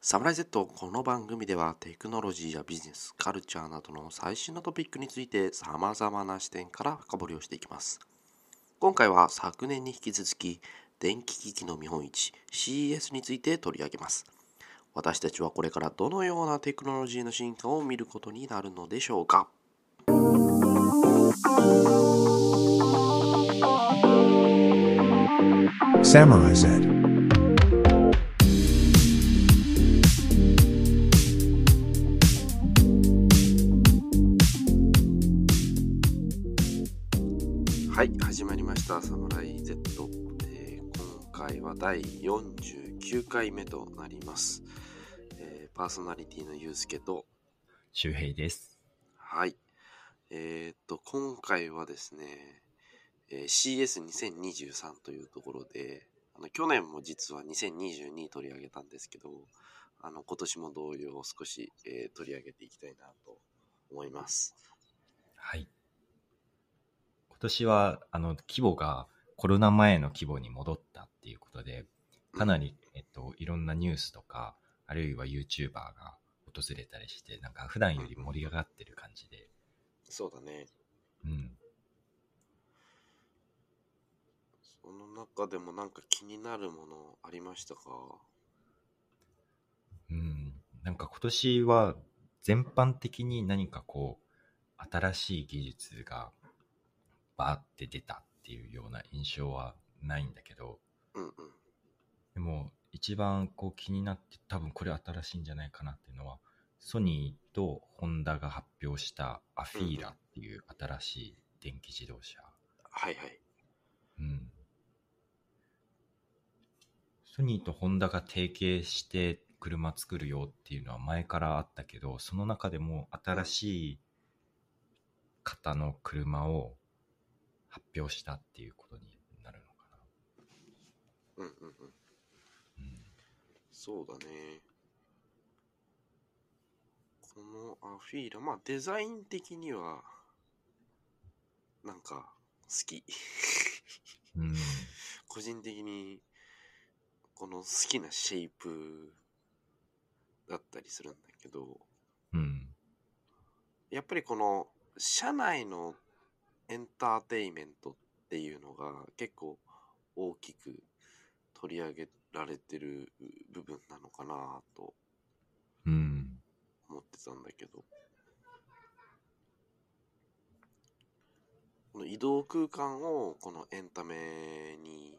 サムライ Z この番組ではテクノロジーやビジネス、カルチャーなどの最新のトピックについて様々な視点から深掘りをしていきます。今回は昨年に引き続き電気機器の見本市 CES について取り上げます。私たちはこれからどのようなテクノロジーの進化を見ることになるのでしょうか。 Samurai Z. はい、始まりましたサムライ Z、今回は第49回目となります。パーソナリティのゆうすけと周平です。 はい。今回はですね、CS2023 というところで、去年も実は2022取り上げたんですけど、今年も同様少し、取り上げていきたいなと思います。 はい。今年は規模がコロナ前の規模に戻ったっていうことで、かなり、いろんなニュースとか、あるいは YouTuber が訪れたりして、なんか普段より盛り上がってる感じで。 そうだね。 うん。 その中でもなんか気になるものありましたか？ うん。なんか今年は全般的に何かこう、新しい技術がバーって出たっていうような印象はないんだけど、 うんうん。 でも一番こう気になって多分これ新しいんじゃないかなっていうのは、ソニーとホンダが発表したアフィーラっていう新しい電気自動車。 はいはい。 うん。ソニーとホンダが提携して車作るよっていうのは前からあったけど、その中でも新しい型の車を発表したっていうことになるのかうんうんうん。 な。うん。 そうだね。このアフィーラ、まあデザイン的にはなんか好き。 うん。 個人的にこの好きなシェイプだったりするんだけど、 うん。 やっぱりこの社内のエンターテイメントっていうのが結構大きく取り上げられてる部分なのかなとうん。 思ってたんだけど、この移動空間をこのエンタメに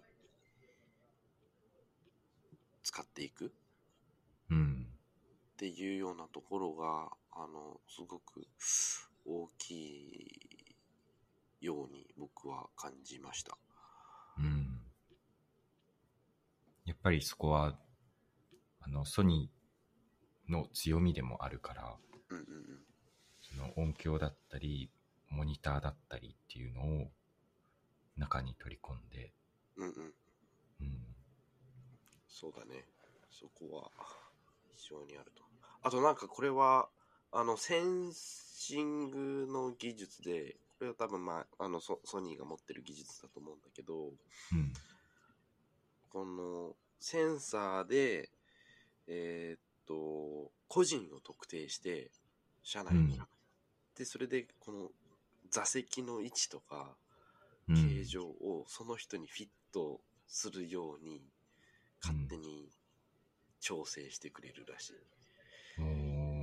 使っていくうん。 っていうようなところがすごく大きいように僕は感じました。 うん。やっぱりそこはソニーの強みでもあるから、 うんうんその音響だったりモニターだったりっていうのを中に取り込んで、 うんうんうん。 うん、 そうだね。そこは非常にあると。あとなんかこれはセンシングの技術で、これは多分ソニーが持ってる技術だと思うんだけど、 うん、 このセンサーで個人を特定して車内に、でそれでこの座席の位置とかうん、 形状をその人にフィットするように勝手に調整してくれるらしい。 うん、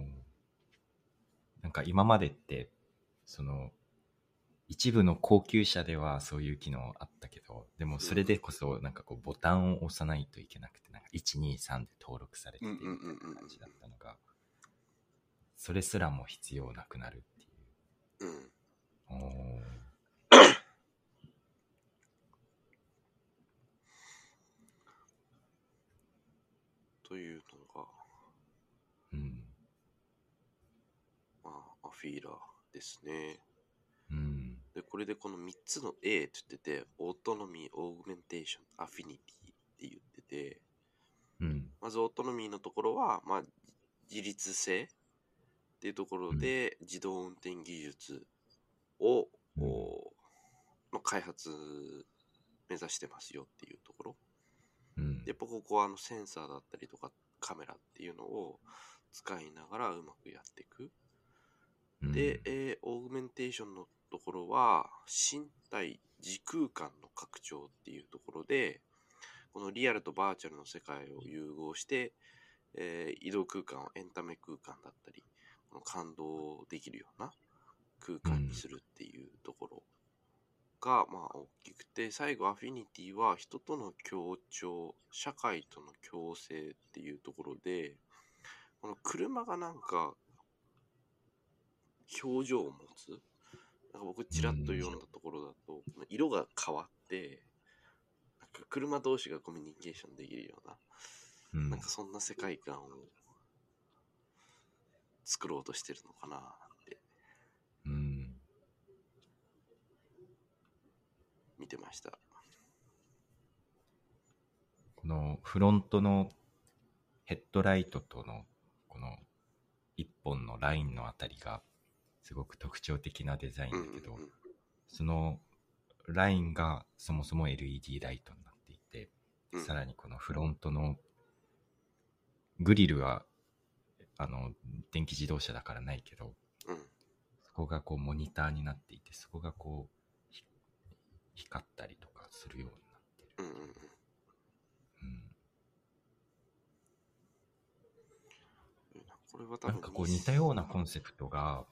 なんか今までってその一部の高級車ではそういう機能あったけど、でもそれでこそなんかこうボタンを押さないといけなくて、なんか123で登録されててみたいな感じだったのが、それすらも必要なくなるっていう。 うん。 おー。 というのが、 うん、 まあ、アフィーラですね。 うん、 で、これでこの3つの A って言ってて、オートノミー、オーグメンテーション、アフィニティって言ってて、 うん、 まずオートノミーのところは、まあ、自律性っていうところで、自動運転技術を、の開発目指してますよっていうところ。 うん、 で、やっぱここはセンサーだったりとかカメラっていうのを使いながらうまくやっていく。 うんで、オーグメンテーションのところは身体時空間の拡張っていうところで、このリアルとバーチャルの世界を融合して、移動空間をエンタメ空間だったり、この感動できるような空間にするっていうところが、まあ大きくて、最後アフィニティは人との協調、社会との共生っていうところで、この車がなんか表情を持つ、なんか僕ちらっと読んだところだと、色が変わって、なんか車同士がコミュニケーションできるような、 うんなんかそんな世界観を作ろうとしてるのかなってうん見てました。 このフロントのヘッドライトとのこの一本のラインのあたりがすごく特徴的なデザインだけど、そのラインがそもそも LED ライトになっていて、さらにこのフロントのグリルは電気自動車だからないけど、そこがこうモニターになっていて、そこがこう光ったりとかするようになってる。 これは多分なんかこう似たようなコンセプトが、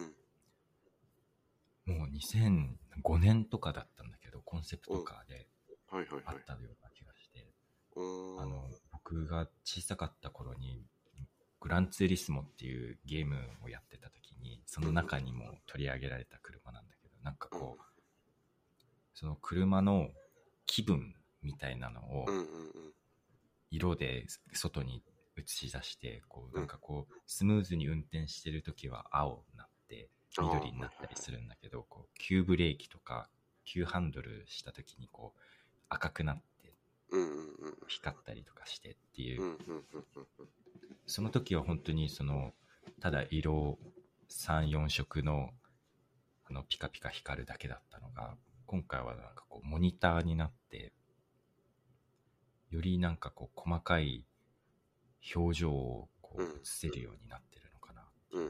もう2005年とかだったんだけど、コンセプトカーであったような気がして、僕が小さかった頃にグランツーリスモっていうゲームをやってた時に、その中にも取り上げられた車なんだけど、なんかこう、その車の気分みたいなのを色で外に映し出して、こうなんかこうスムーズに運転してる時は青になって緑になったりするんだけど、こう急ブレーキとか急ハンドルした時にこう赤くなって光ったりとかしてっていう、その時は本当にそのただ色3、4色のピカピカ光るだけだったのが、今回はなんかこうモニターになって、よりなんかこう細かい表情をこう映せるようになってるのかな。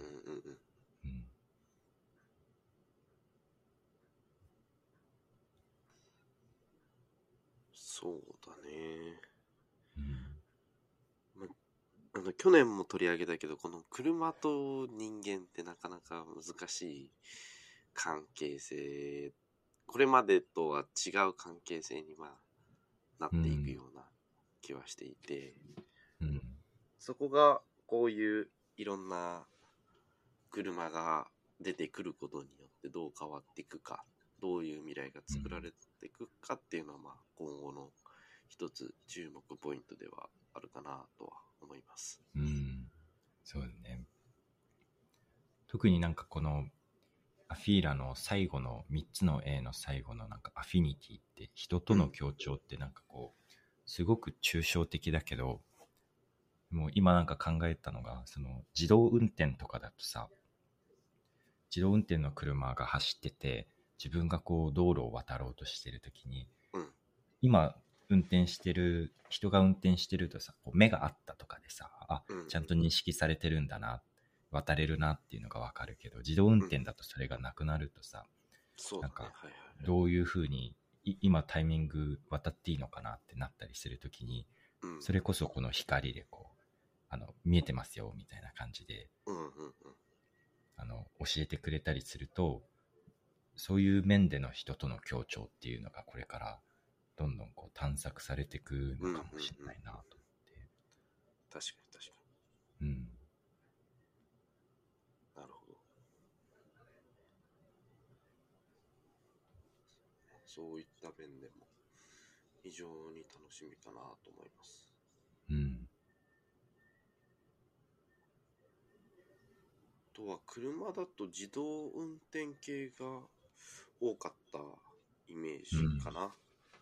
そうだね。去年も取り上げたけど、この車と人間ってなかなか難しい関係性、これまでとは違う関係性になっていくような気はしていて、そこがこういういろんな車が出てくることによってどう変わっていくか、どういう未来が作られていくかっていうのは、今後の一つ注目ポイントではあるかなとは思います。 そうだね。特になんかこのアフィーラの最後の3つの A の最後のなんかアフィニティって人との協調ってなんかこうすごく抽象的だけど、もう今なんか考えたのが、その自動運転とかだとさ、自動運転の車が走ってて自分がこう道路を渡ろうとしてるときに、今人が運転してるとさ、こう目があったとかでさ、ちゃんと認識されてるんだな、渡れるなっていうのがわかるけど、自動運転だとそれがなくなるとさ、なんかどういうふうに今タイミング渡っていいのかなってなったりするときに、それこそこの光でこう見えてますよみたいな感じで教えてくれたりすると、そういう面での人との協調っていうのがこれからどんどんこう探索されていくのかもしれないなと思って。 確かに。なるほど。そういった面でも非常に楽しみかなと思います。あとは車だと自動運転系が多かったイメージかな。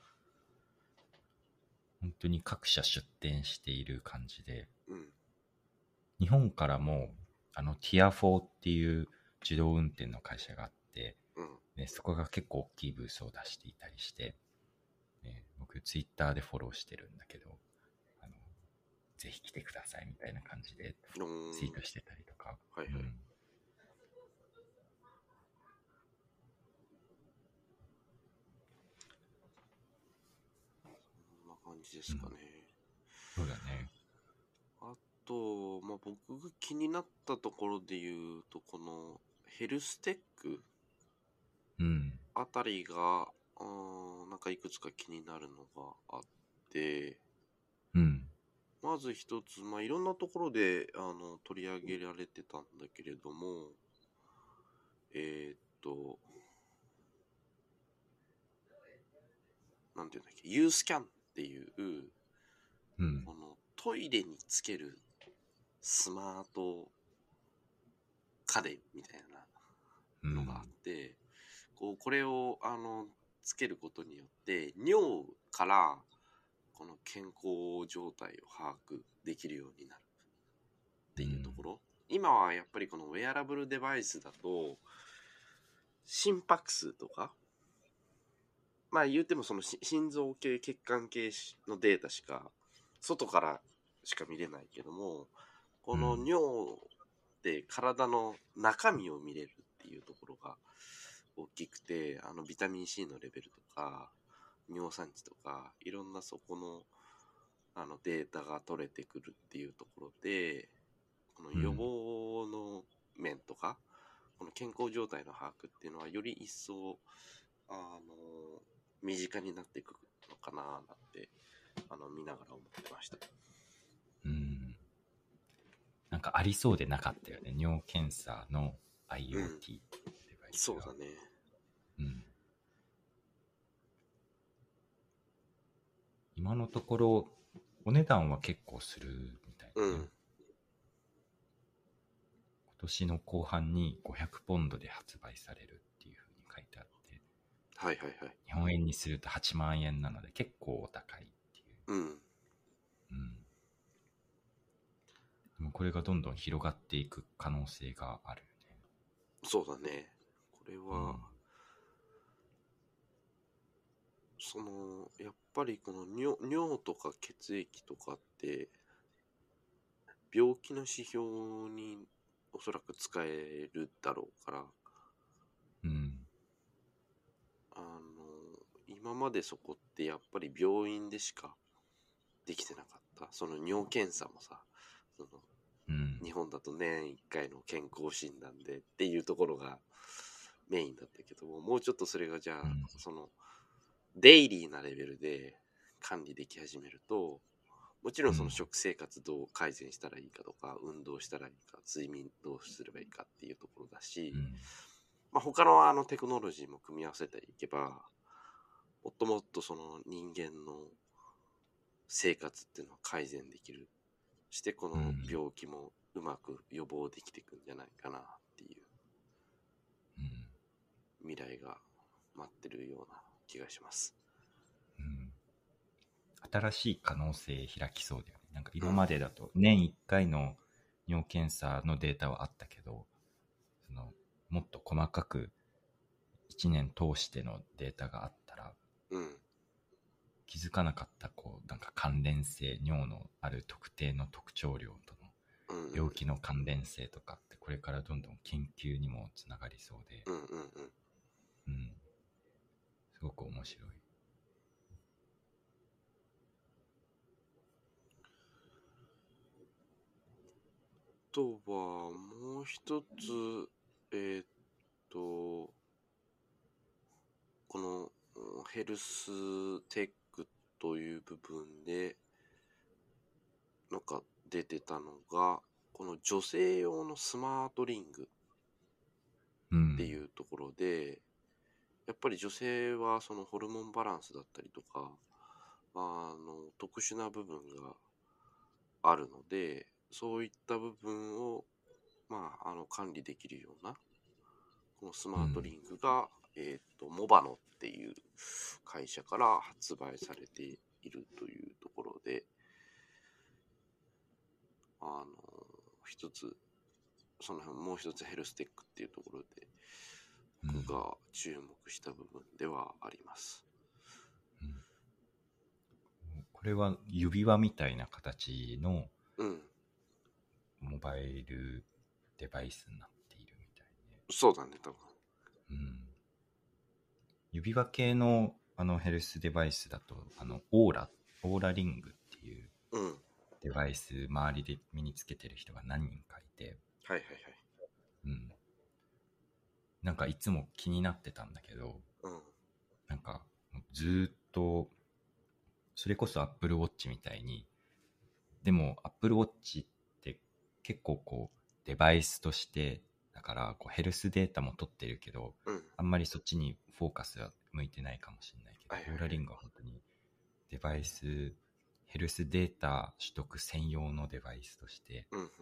本当に各社出店している感じで、日本からもティア4っていう自動運転の会社があって、そこが結構大きいブースを出していたりして、僕ツイッターでフォローしてるんだけど、 ぜひ来てくださいみたいな感じでうーん。 ツイートしてたりとか。 はいはい。こんな感じですかね。 そうだね。 あと、まあ、僕が気になったところで言うと、このヘルステックあたりが、なんかいくつか気になるのがあって、まず一つ、まあ、いろんなところで取り上げられてたんだけれども、なんていうんだっけ、ユースキャンっていう、このトイレにつけるスマート家電みたいなのがあって、これをつけることによって尿からこの健康状態を把握できるようになるっていうところ、今はやっぱりこのウェアラブルデバイスだと心拍数とか、まあ言ってもその心臓系血管系のデータしか外からしか見れないけども、この尿で体の中身を見れるっていうところが大きくて、ビタミン C のレベルとか尿酸値とかいろんなそこのデータが取れてくるっていうところで、この予防の面とかこの健康状態の把握っていうのはより一層身近になっていくのかななんて見ながら思ってました。 なんかありそうでなかったよね。尿検査の IoT デバイスが。 そうだね。 今のところお値段は結構するみたいな、今年の後半に500ポンドで発売されるっていうふうに書いてあって、日本円にすると8万円なので結構お高いっていう。でもこれがどんどん広がっていく可能性があるよね。 そうだね。これは、やっぱりこの尿とか血液とかって病気の指標におそらく使えるだろうから、今までそこってやっぱり病院でしかできてなかった。その尿検査もさ、日本だと年1回の健康診断でっていうところがメインだったけども、もうちょっとそれがじゃあ、デイリーなレベルで管理でき始めると、もちろんその食生活どう改善したらいいかとか、運動したらいいか、睡眠どうすればいいかっていうところだし、まあ、他のテクノロジーも組み合わせていけば、もっともっとその人間の生活っていうのを改善できる。してこの病気もうまく予防できていくんじゃないかなっていう未来が待ってるような気がします。 新しい可能性開きそうだよね。なんか今までだと年1回の尿検査のデータはあったけど、もっと細かく1年通してのデータがあったら、気づかなかったなんか関連性、尿のある特定の特徴量との病気の関連性とかってこれからどんどん研究にもつながりそうで、すごく面白い。 あとはもう一つ、このヘルステックという部分でなんか出てたのが、この女性用のスマートリングっていうところで、やっぱり女性はそのホルモンバランスだったりとか、特殊な部分があるので、そういった部分を、管理できるような、このスマートリングが、モバノっていう会社から発売されているというところで、一つ、もう一つヘルステックっていうところで、僕が注目した部分ではあります。 これは指輪みたいな形のうん。 モバイルデバイスになっているみたいそうだね、多分。 で、指輪系のヘルスデバイスだとオーラリングっていううん。 デバイス周りで身につけてる人が何人かいて、 はいはいはい。 うん、なんかいつも気になってたんだけど、 うん。 なんかずーっとそれこそ Apple Watch みたいに、でも Apple Watch って結構こうデバイスとしてだからこうヘルスデータも取ってるけど、 うん。 あんまりそっちにフォーカスは向いてないかもしれないけど、 はいはいはい。 オーラリングは本当にデバイスヘルスデータ取得専用のデバイスとして、 うんうん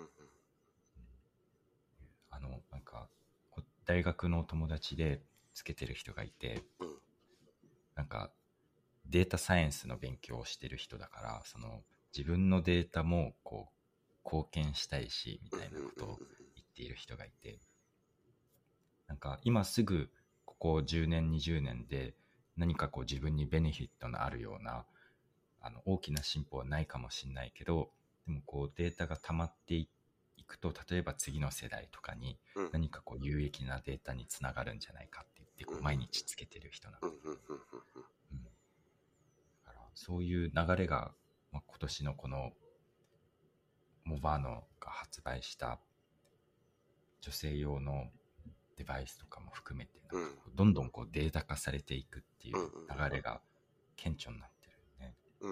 なんか大学の友達でつけてる人がいて、 うん。うん。 なんかデータサイエンスの勉強をしてる人だから、その自分のデータもこう貢献したいしみたいなことを言っている人がいて、なんか今すぐここ10年20年で何かこう自分にベネフィットのあるような大きな進歩はないかもしれないけど、でもこうデータが溜まっていくと、例えば次の世代とかにうん。 何かこう有益なデータにつながるんじゃないかって言ってこう毎日つけてる人なんだうん。 けど、 うん。うん。 うん、だからそういう流れが、今年のこのモバーノが発売した女性用のデバイスとかも含めて、なんかこうどんどんこうデータ化されていくっていう流れが顕著になってるよね。 うん。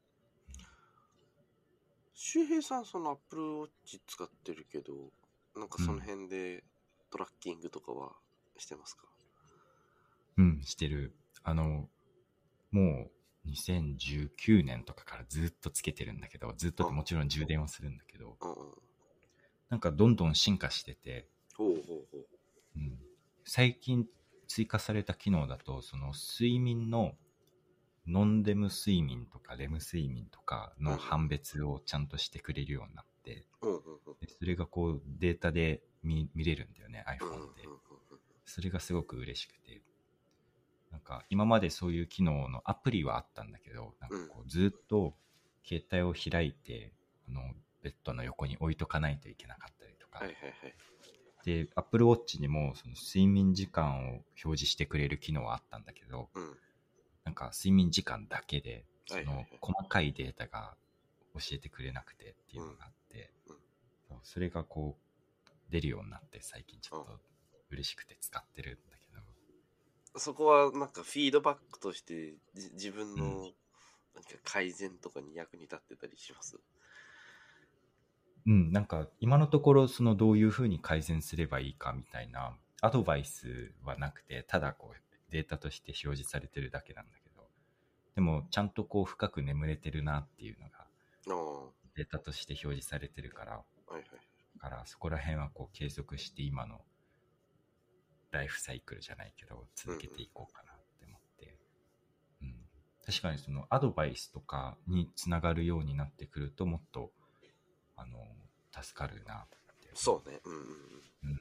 周平さん、その Apple Watch 使ってるけど、なんかその辺でトラッキングとかはしてますか？ うん、してる。もう2019年とかからずっとつけてるんだけど、ずっとってもちろん充電はするんだけど、 うんうん。 なんかどんどん進化してて、 ほうほうほう。 うん、最近追加された機能だと、その睡眠のノンレム睡眠とかレム睡眠とかの判別をちゃんとしてくれるようになって、 うんうんうん。 でそれがこうデータで見れるんだよね、 うんうん iPhone で。それがすごく嬉しくて、なんか今までそういう機能のアプリはあったんだけど、なんかこうずっと携帯を開いてベッドの横に置いとかないといけなかったりとか、 はいはいはい。 で Apple Watch にもその睡眠時間を表示してくれる機能はあったんだけど、 うん。 なんか睡眠時間だけでそはいはいはいの細かいデータが教えてくれなくてっていうのがあって、 うんうんそうそれがこう出るようになって最近ちょっと嬉しくて使ってるんだけど、 そこはなんかフィードバックとして自分のうんなんか改善とかに役に立ってたりします？ うん、なんか今のところそのどういうふうに改善すればいいかみたいなアドバイスはなくて、ただこうデータとして表示されてるだけなんだけど、でもちゃんとこう深く眠れてるなっていうのがああ、はデータとして表示されてるから、 いはい。 そこら辺はこう継続して今のライフサイクルじゃないけど続けていこうかなって思って、うん、確かにそのアドバイスとかにつながるようになってくるともっと助かるなって。 そうね。うんうんうん。 うん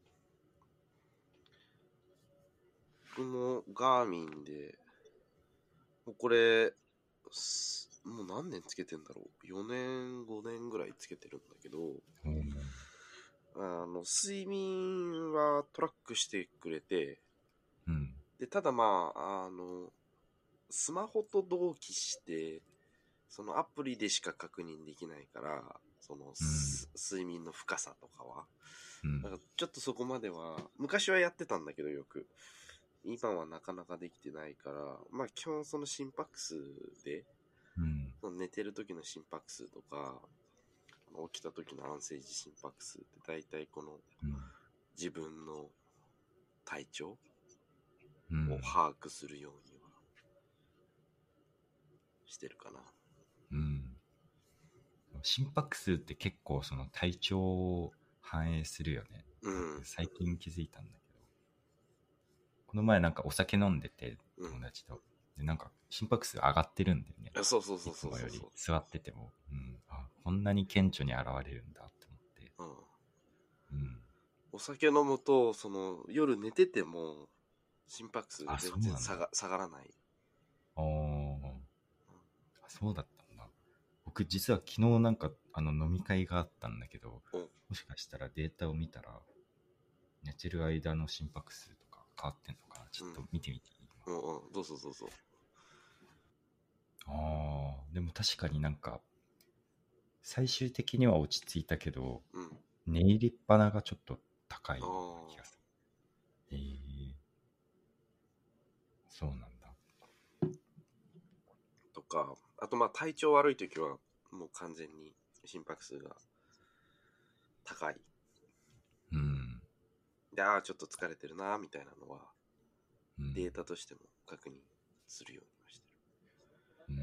僕もガーミンで、もうこれ、もう何年つけてんだろう。4年、5年ぐらいつけてるんだけど、睡眠はトラックしてくれて、 うん、 で、ただまあ、スマホと同期して、そのアプリでしか確認できないから、その、睡眠の深さとかは。だからちょっとそこまでは、昔はやってたんだけどよく。今はなかなかできてないから、まあ基本その心拍数で、その寝てる時の心拍数とか、起きた時の安静時心拍数って大体この自分の体調を把握するようにはしてるかな。 うん、心拍数って結構その体調を反映するよね。 うん。 最近気づいたんだけど、この前なんかお酒飲んでて友達と、でなんか心拍数上がってるんだよね。 そうそうそうそうそう。 いつもより座ってても、こんなに顕著に現れるんだって思って、 お酒飲むとその夜寝てても心拍数が全然下がらない。 そうだったんだ。僕実は昨日なんか飲み会があったんだけど、 うんもしかしたらデータを見たら寝てる間の心拍数とか変わってんのかな。ちょっと見てみていい？ どうぞどうぞ。 ああ、でも確かになんか最終的には落ち着いたけど、 うん。 寝入りっぱながちょっと高いような気がする。そうなんだ。 とか、あとまあ体調悪い時はもう完全に心拍数が高い。 うん。 で、ちょっと疲れてるなみたいなのは、データとしても確認するようにはしてる。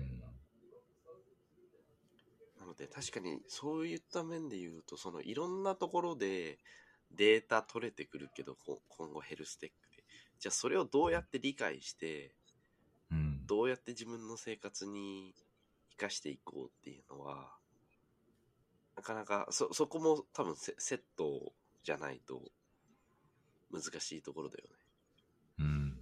なので確かにそういった面で言うと、そのいろんなところでデータ取れてくるけど、今後ヘルステックで。じゃあそれをどうやって理解して、どうやって自分の生活に生かしていこうっていうのは、なかなかそこも多分セットじゃないと難しいところだよね。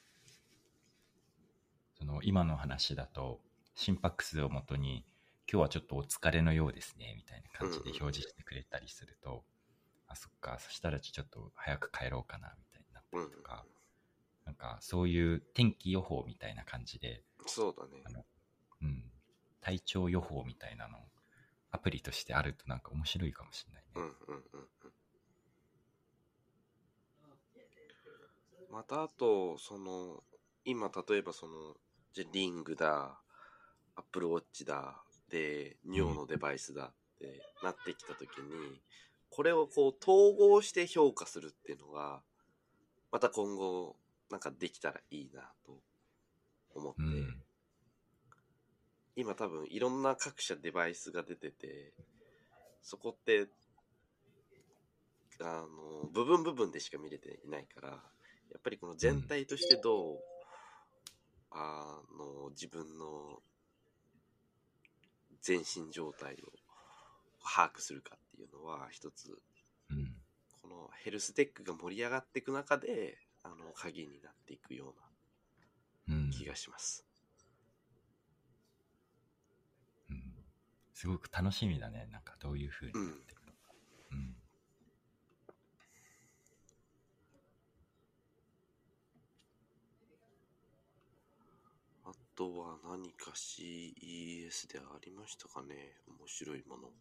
その今の話だと心拍数をもとに今日はちょっとお疲れのようですねみたいな感じで表示してくれたりすると、あ、そっか、そしたらちょっと早く帰ろうかなみたいになったりとか、なんかそういう天気予報みたいな感じで、 そうだね。 体調予報みたいなのアプリとしてあるとなんか面白いかもしれないね。 またあと今例えばじゃリングだ、アップルウォッチだで尿のデバイスだってなってきた時に、これをこう統合して評価するっていうのがまた今後なんかできたらいいなと思って、今多分いろんな各社デバイスが出てて、そこって部分部分でしか見れていないから、やっぱりこの全体としてどう自分の全身状態を把握するかっていうのは一つ、このヘルステックが盛り上がっていく中で鍵になっていくような気がします。 すごく楽しみだね。なんかどういう風になっていくのか。 あとは何か CES でありましたかね、面白いもの。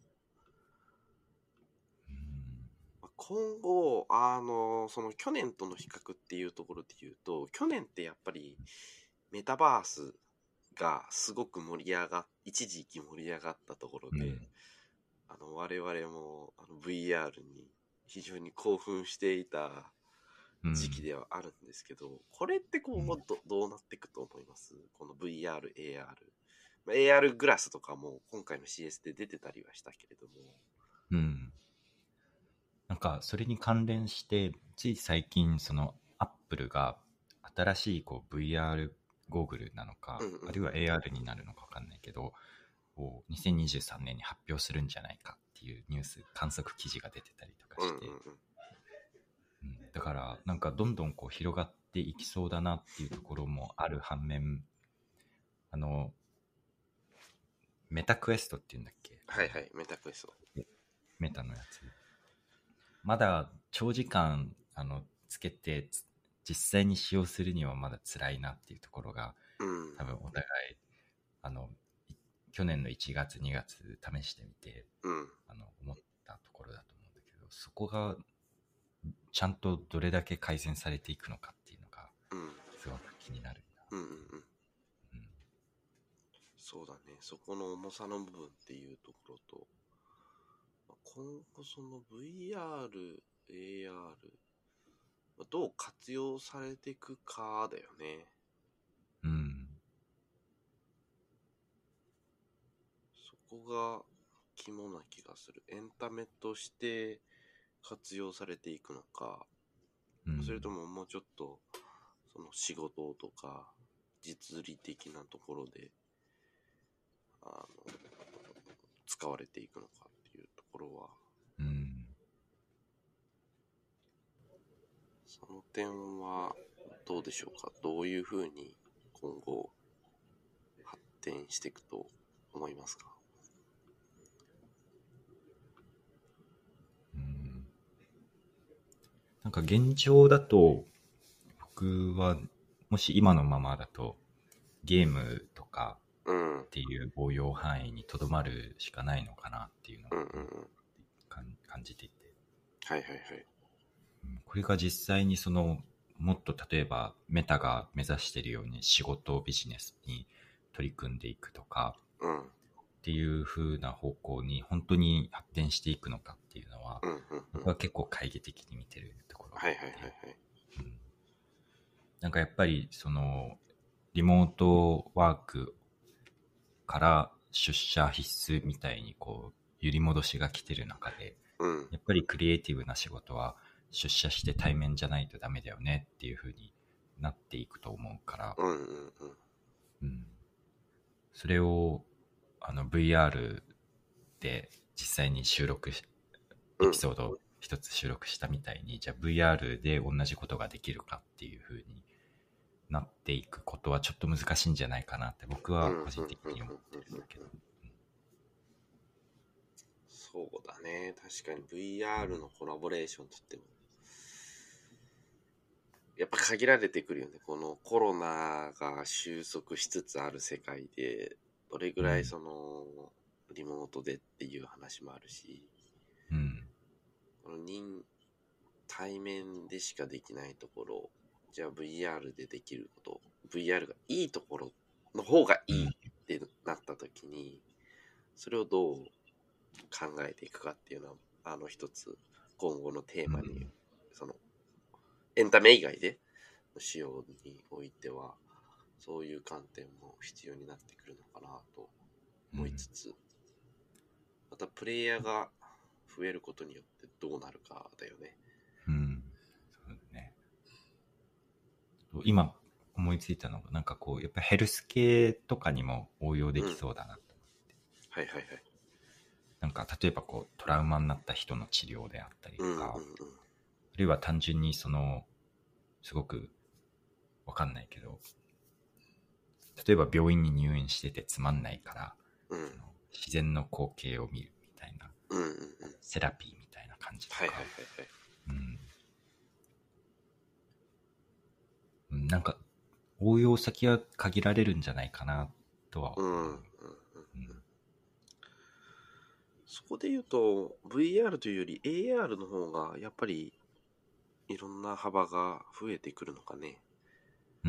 今後その去年との比較っていうところで言うと、去年ってやっぱりメタバースがすごく一時期盛り上がったところで、我々もVR に非常に興奮していた時期ではあるんですけど、これって今後どうなっていくと思います？この VR、AR。AR グラスとかも今回の CS で出てたりはしたけれども。 なんかそれに関連してつい最近そのアップルが新しいこう VR ゴーグルなのか、あるいは AR になるのか分かんないけどを2023年に発表するんじゃないかっていうニュース観測記事が出てたりとかして、だからなんかどんどんこう広がっていきそうだなっていうところもある反面、メタクエストっていうんだっけ？ はいはい、メタクエスト。 メタのやつ。まだ長時間つけて実際に使用するにはまだ辛いなっていうところが、多分お互い去年の1月2月試してみて、思ったところだと思うんだけど、そこがちゃんとどれだけ改善されていくのかっていうのがすごく気になる。 そうだね、そこの重さの部分っていうところと、今後その VR、AR どう活用されていくかだよね。そこが肝な気がする。エンタメとして活用されていくのか、それとももうちょっとその仕事とか実利的なところで使われていくのかっていうところは、その点はどうでしょうか。どういうふうに今後発展していくと思いますか？ なんか現状だと、僕はもし今のままだとゲームとかうん。 っていう応用範囲にとどまるしかないのかなっていうのをうんうんうん。 感じていて、 はいはいはい。 これが実際にそのもっと例えばメタが目指しているように仕事ビジネスに取り組んでいくとかうん。 っていう風な方向に本当に発展していくのかっていうのは、 うんうんうん。 僕は結構懐疑的に見てるところがあはいはいはいって、 はい。 なんかやっぱりそのリモートワークから出社必須みたいにこう揺り戻しが来てる中で、 うん。 やっぱりクリエイティブな仕事は出社して対面じゃないとダメだよねっていう風になっていくと思うから、 うんうんうん。 うん、それをVR で実際にエうん。 ピソードを一つ収録したみたいに、じゃあ VR で同じことができるかっていう風になっていくことはちょっと難しいんじゃないかなって僕うんうんうんうんは個人的に思ってるんだけど。 そうだね。確かに VR のコラボレーションとっても、やっぱ限られてくるよね。このコロナが収束しつつある世界で、どれぐらいその、リモートでっていう話もあるし、 うん。 この対面でしかできないところ、じゃあ VR でできること、VR がいいところの方がいいってなった時に、それをどう考えていくかっていうのは、一つ今後のテーマに、その、エンタメ以外での使用においては、そういう観点も必要になってくるのかなと思いつつ、またプレイヤーが増えることによってどうなるかだよね。 うん。そうだね。今思いついたのが、なんかこう、やっぱヘルス系とかにも応用でうん。 きそうだなと。 はいはいはい。 なんか例えばこう、トラウマになった人の治療であったりうんうんうん。 とか、あるいは単純にその、すごくわかんないけど、例えば病院に入院しててつまんないから、 うんその自然の光景を見るみたいな、 うんうんうん。 セラピーみたいな感じとか、 はいはいはいはい。 なんか応用先は限られるんじゃないかなとは思う。 うんうんうん。そこで言うと VR というより AR の方がやっぱりいろんな幅が増えてくるのかね。 うん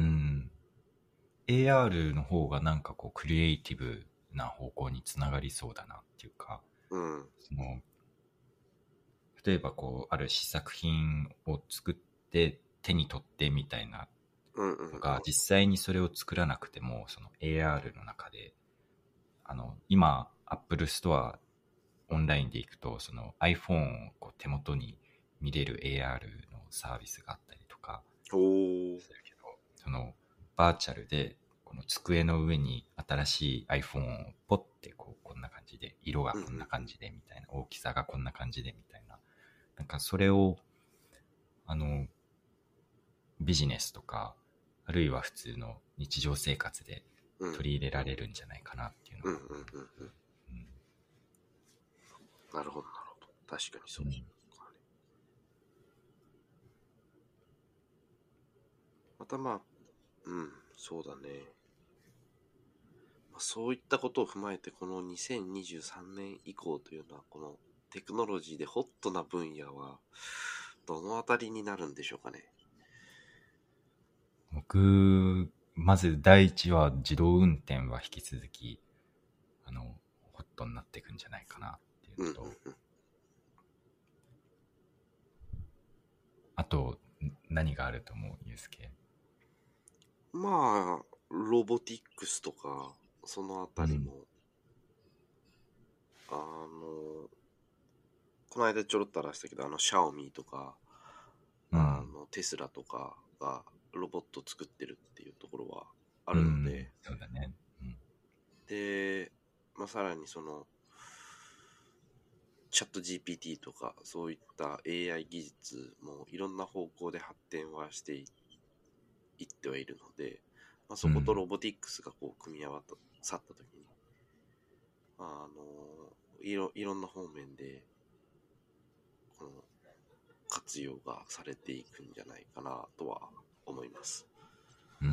。AR の方がなんかこうクリエイティブな方向につながりそうだなっていうか、 うん。 その例えばこうある試作品を作って手に取ってみたいなうんうんうん。 のが、実際にそれを作らなくてもその AR の中で今 Apple Store オンラインで行くとその iPhone をこう手元に見れる AR のサービスがあったりとかおー。 するけど、そのバーチャルでこの机の上に新しい iPhone をポッてこんな感じで、色がこんな感じでみたいな、大きさがこんな感じでみたいな、なんかそれをあのビジネスとかあるいは普通の日常生活でうん取り入れられるんじゃないかなっていうのは、 うんうんうんうん。なるほどなるほど。確かにそう。またまあ、そうだね。そういったことを踏まえて、この2023年以降というのは、このテクノロジーでホットな分野は、どのあたりになるんでしょうかね。 僕まず第一は自動運転は引き続きホットになっていくんじゃないかなっていうのと、あと何があると思うユースケ？ まあ、ロボティックスとか、そのあたりも、この間ちょろっと話したけど、シャオミとか、テスラとかがロボット作ってるっていうところはあるので、 そうだね。 で、さらにその、チャット GPT とか、そういった AI 技術もいろんな方向で発展はしていってはいるので、そことロボティックスがこう組み合わさった時に、 いろんな方面でこの活用がされていくんじゃないかなとは思います。 うん。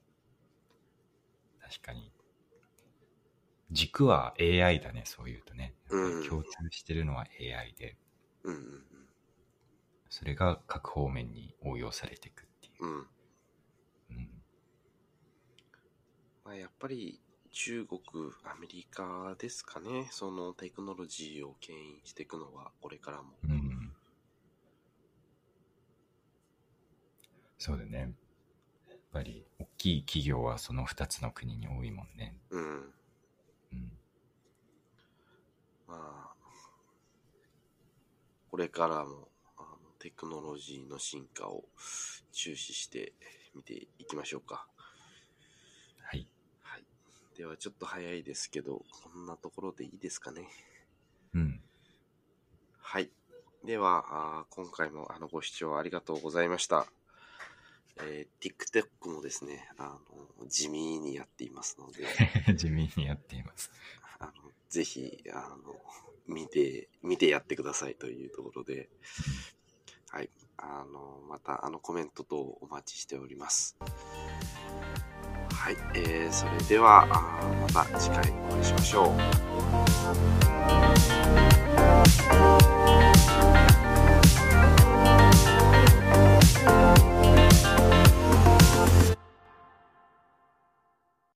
確かに。軸は AI だね、そういうとね。やっぱり共通してるのは AI で、 うんうんうん、 それが各方面に応用されていくっていう。 うん。 うんまあ、やっぱり中国、アメリカですかね。そのテクノロジーを牽引していくのはこれからも。 うん、そうだね。やっぱり大きい企業はその2つの国に多いもんね。 うん。 うん、 まあ、これからもテクノロジーの進化を注視して見ていきましょうか。 はい。 はい。ではちょっと早いですけど、こんなところでいいですかね。 うん。 はい。では、今回もご視聴ありがとうございました。TikTok もですね、地味にやっていますので、 地味にやっています。 ぜひ、見てやってくださいというところで、はい。また、コメント等お待ちしております。はい。それでは、また次回お会いしましょう。